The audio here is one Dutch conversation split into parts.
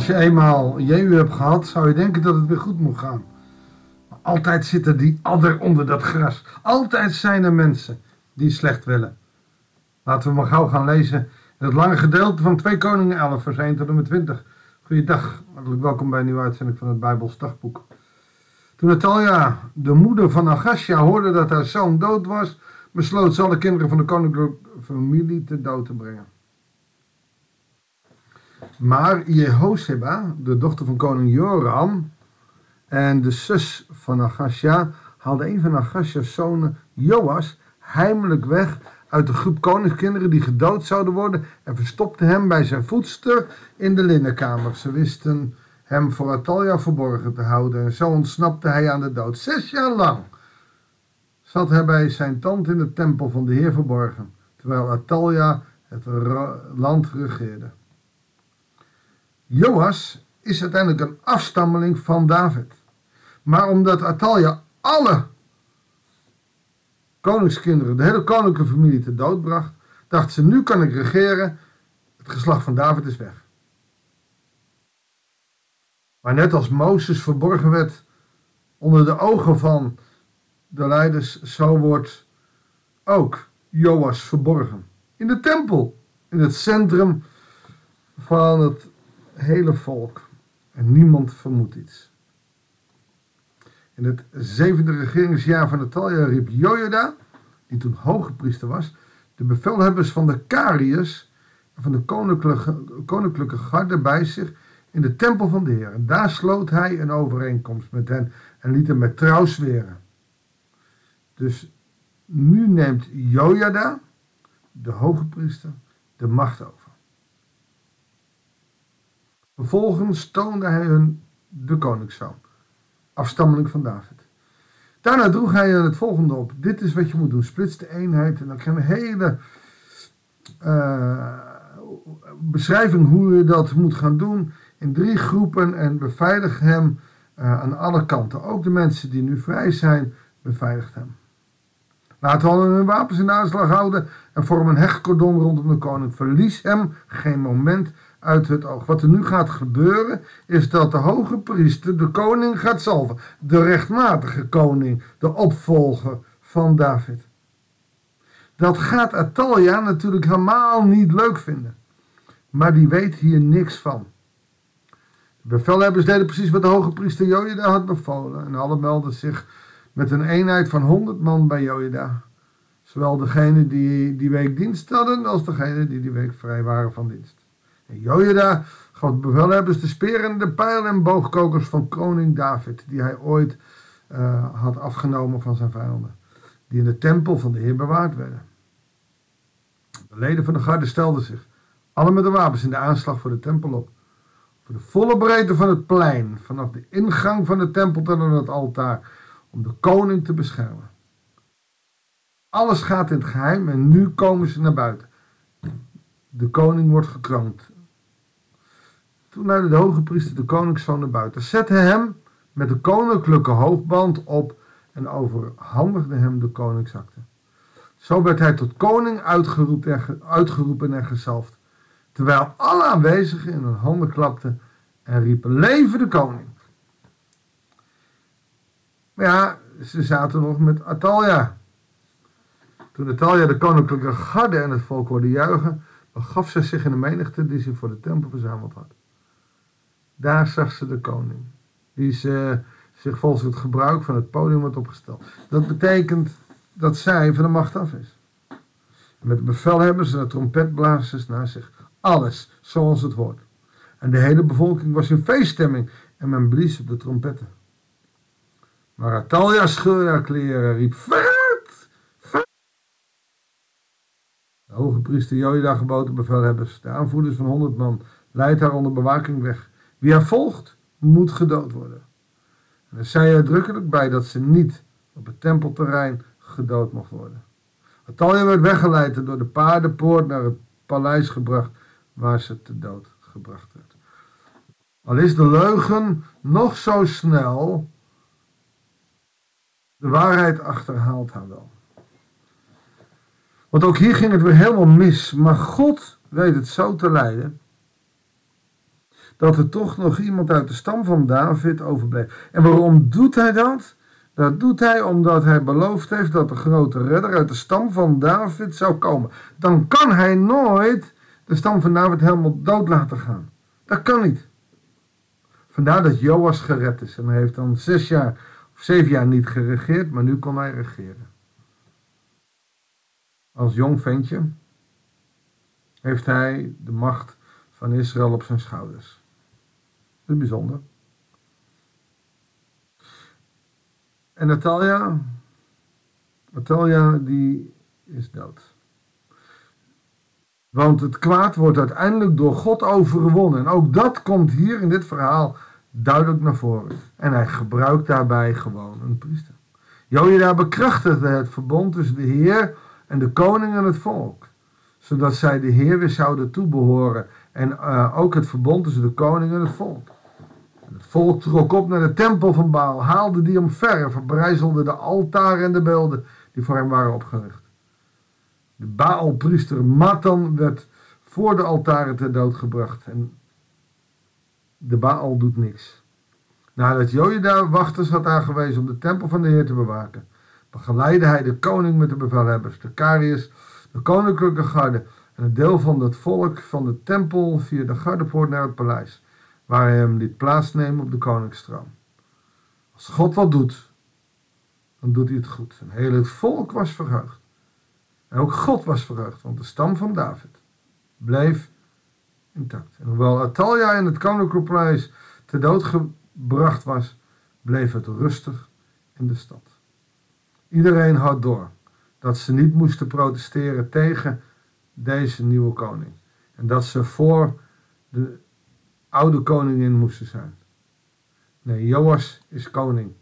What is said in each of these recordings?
Als je eenmaal Jehu hebt gehad, zou je denken dat het weer goed moet gaan. Maar altijd zit er die adder onder dat gras. Altijd zijn er mensen die slecht willen. Laten we maar gauw gaan lezen in het lange gedeelte van 2 Koningen 11, vers 1 tot en met 20. Goeiedag, hartelijk welkom bij een nieuwe uitzending van het Bijbels Dagboek. Toen Atalja, de moeder van Achasja, hoorde dat haar zoon dood was, besloot ze alle kinderen van de koninklijke familie te dood te brengen. Maar Jehosheba, de dochter van koning Joram en de zus van Achasja, haalde een van Achasja's zonen, Joas, heimelijk weg uit de groep koningskinderen die gedood zouden worden en verstopte hem bij zijn voedster in de linnenkamer. Ze wisten hem voor Atalja verborgen te houden en zo ontsnapte hij aan de dood. 6 jaar lang zat hij bij zijn tante in de tempel van de Heer verborgen, terwijl Atalja het land regeerde. Joas is uiteindelijk een afstammeling van David. Maar omdat Atalja alle koningskinderen, de hele koninklijke familie te dood bracht, dacht ze, nu kan ik regeren, het geslacht van David is weg. Maar net als Mozes verborgen werd onder de ogen van de leiders, zo wordt ook Joas verborgen. In de tempel, in het centrum van het hele volk. En niemand vermoedt iets. In het 7e regeringsjaar van Atalja riep Jojada, die toen hoge priester was, de bevelhebbers van de Kariërs en van de koninklijke garde bij zich in de tempel van de Heer. En daar sloot hij een overeenkomst met hen en liet hem met trouw zweren. Dus nu neemt Jojada, de hoge priester, de macht over. Vervolgens toonde hij hun de koningszoon, afstammeling van David. Daarna droeg hij het volgende op. Dit is wat je moet doen. Splits de eenheid. En dan krijg je een hele beschrijving hoe je dat moet gaan doen. In 3 groepen en beveilig hem aan alle kanten. Ook de mensen die nu vrij zijn, beveiligt hem. Laat allen hun wapens in de aanslag houden en vorm een hechtcordon rondom de koning. Verlies hem geen moment uit het oog. Wat er nu gaat gebeuren is dat de hoge priester de koning gaat zalven. De rechtmatige koning, de opvolger van David. Dat gaat Atalja natuurlijk helemaal niet leuk vinden. Maar die weet hier niks van. De bevelhebbers deden precies wat de hoge priester Jojada had bevolen. En alle meldden zich met een eenheid van 100 man bij Jojada. Zowel degenen die week dienst hadden als degenen die week vrij waren van dienst. En Jojada gaf de bevelhebbers de speren, de pijlen en boogkokers van koning David, die hij ooit had afgenomen van zijn vijanden, die in de tempel van de Heer bewaard werden. De leden van de garde stelden zich, alle met de wapens, in de aanslag voor de tempel op. Voor de volle breedte van het plein, vanaf de ingang van de tempel tot aan het altaar, om de koning te beschermen. Alles gaat in het geheim en nu komen ze naar buiten. De koning wordt gekroond. Toen leidde de hoge priester de koningszoon naar buiten, zette hem met de koninklijke hoofdband op en overhandigde hem de koningsakte. Zo werd hij tot koning uitgeroepen en gezalfd, terwijl alle aanwezigen in hun handen klapten en riepen, leven de koning. Maar ja, ze zaten nog met Atalja. Toen Atalja de koninklijke garde en het volk hoorde juichen, begaf zij zich in de menigte die zich voor de tempel verzameld had. Daar zag ze de koning, die zich volgens het gebruik van het podium had opgesteld. Dat betekent dat zij van de macht af is. Met de bevelhebbers en de trompetblazers naar zich. Alles zoals het hoort. En de hele bevolking was in feeststemming en men blies op de trompetten. Maar Atalja scheurde haar kleren en riep, vaart! Vaart! De hoge priester Jojada gebood de bevelhebbers, de aanvoerders van 100 man, leidt haar onder bewaking weg. Wie haar volgt, moet gedood worden. En er zei uitdrukkelijk bij dat ze niet op het tempelterrein gedood mocht worden. Atalja werd weggeleid en door de paardenpoort naar het paleis gebracht, waar ze te dood gebracht werd. Al is de leugen nog zo snel, de waarheid achterhaalt haar wel. Want ook hier ging het weer helemaal mis, maar God weet het zo te leiden dat er toch nog iemand uit de stam van David overbleef. En waarom doet hij dat? Dat doet hij omdat hij beloofd heeft dat de grote redder uit de stam van David zou komen. Dan kan hij nooit de stam van David helemaal dood laten gaan. Dat kan niet. Vandaar dat Joas gered is. En hij heeft dan 6 jaar of 7 jaar niet geregeerd, maar nu kon hij regeren. Als jong ventje heeft hij de macht van Israël op zijn schouders. Dat is bijzonder. En Natalia die is dood. Want het kwaad wordt uiteindelijk door God overwonnen. En ook dat komt hier in dit verhaal duidelijk naar voren. En hij gebruikt daarbij gewoon een priester. Jojada bekrachtigde het verbond tussen de Heer en de koning en het volk. Zodat zij de Heer weer zouden toebehoren. En ook het verbond tussen de koning en het volk. En het volk trok op naar de tempel van Baal, haalde die omver en verbrijzelde de altaren en de beelden die voor hem waren opgericht. De Baalpriester Matan werd voor de altaren ter dood gebracht. En de Baal doet niks. Nadat Jojada wachters had aangewezen om de tempel van de Heer te bewaken, begeleidde hij de koning met de bevelhebbers, de Kariërs, de koninklijke garde en een deel van het volk van de tempel via de gardepoort naar het paleis, waar hij hem liet plaatsnemen op de koningstroon. Als God wat doet, dan doet hij het goed. En heel het volk was verheugd. En ook God was verheugd, want de stam van David bleef intact. En hoewel Atalja in het koninklijke paleis ter dood gebracht was, bleef het rustig in de stad. Iedereen had door dat ze niet moesten protesteren tegen deze nieuwe koning. En dat ze voor de oude koningin moesten zijn. Nee, Joas is koning.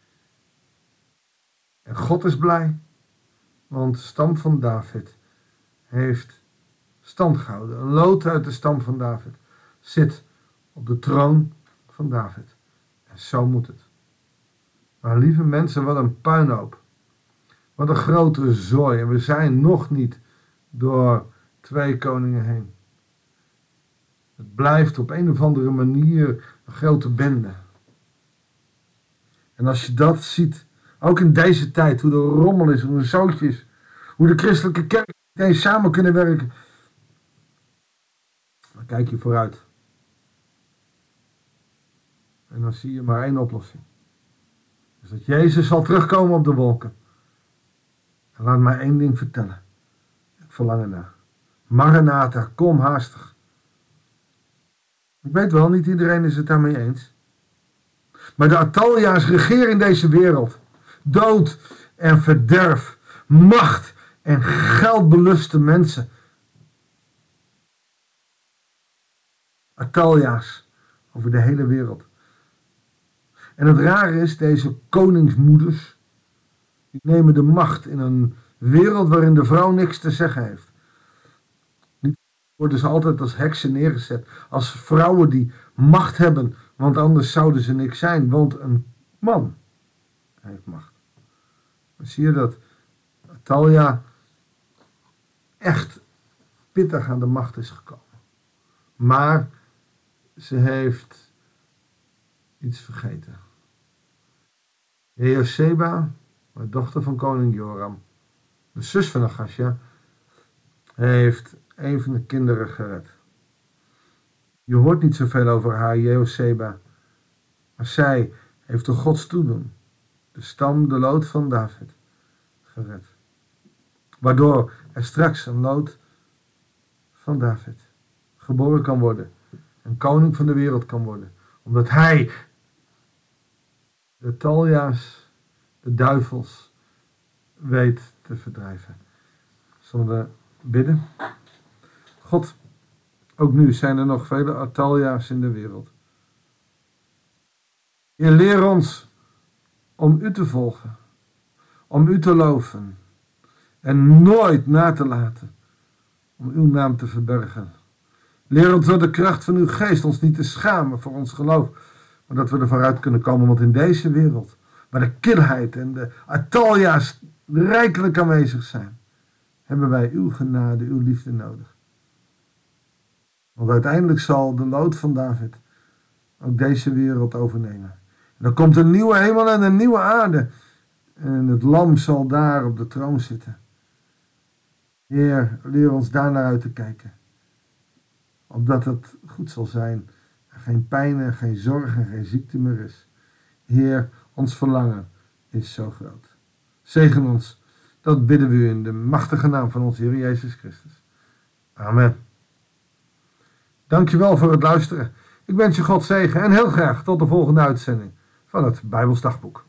En God is blij, want de stam van David heeft stand gehouden. Een loot uit de stam van David zit op de troon van David. En zo moet het. Maar lieve mensen, wat een puinhoop. Wat een grote zooi. En we zijn nog niet door 2 koningen heen. Het blijft op een of andere manier een grote bende. En als je dat ziet, ook in deze tijd, hoe er rommel is, hoe er zootje is, hoe de christelijke kerk niet eens samen kunnen werken, dan kijk je vooruit. En dan zie je maar 1 oplossing. Dus dat Jezus zal terugkomen op de wolken. En laat mij 1 ding vertellen. Ik verlang ernaar. Maranatha, kom haastig. Ik weet wel, niet iedereen is het daarmee eens. Maar de Atalja's regeren in deze wereld. Dood en verderf. Macht en geldbeluste mensen. Atalja's over de hele wereld. En het rare is, deze koningsmoeders, die nemen de macht in een wereld waarin de vrouw niks te zeggen heeft. Niet worden ze altijd als heksen neergezet, als vrouwen die macht hebben, want anders zouden ze niks zijn, want een man heeft macht. Dan zie je dat Atalja echt pittig aan de macht is gekomen. Maar ze heeft iets vergeten. Jehosheba, de dochter van koning Joram, de zus van Achazja, heeft een van de kinderen gered. Je hoort niet zoveel over haar, Jehosheba, maar zij heeft door Gods toedoen de stam, de loot van David, gered. Waardoor er straks een loot van David geboren kan worden en koning van de wereld kan worden, omdat hij de Talja's, de duivels, weet te verdrijven. Zullen we bidden? God, ook nu zijn er nog vele Atalja's in de wereld. Heer, leer ons om u te volgen, om u te loven en nooit na te laten om uw naam te verbergen. Leer ons door de kracht van uw geest ons niet te schamen voor ons geloof, maar dat we er vooruit kunnen komen, want in deze wereld, waar de kilheid en de Atalja's rijkelijk aanwezig zijn, hebben wij uw genade, uw liefde nodig. Want uiteindelijk zal de loot van David ook deze wereld overnemen. En dan komt een nieuwe hemel en een nieuwe aarde. En het lam zal daar op de troon zitten. Heer, leer ons daar naar uit te kijken. Opdat het goed zal zijn. En geen pijn en geen zorg en geen ziekte meer is. Heer, ons verlangen is zo groot. Zegen ons. Dat bidden we u in de machtige naam van onze Heer Jezus Christus. Amen. Dankjewel voor het luisteren. Ik wens je God zegen en heel graag tot de volgende uitzending van het Bijbels Dagboek.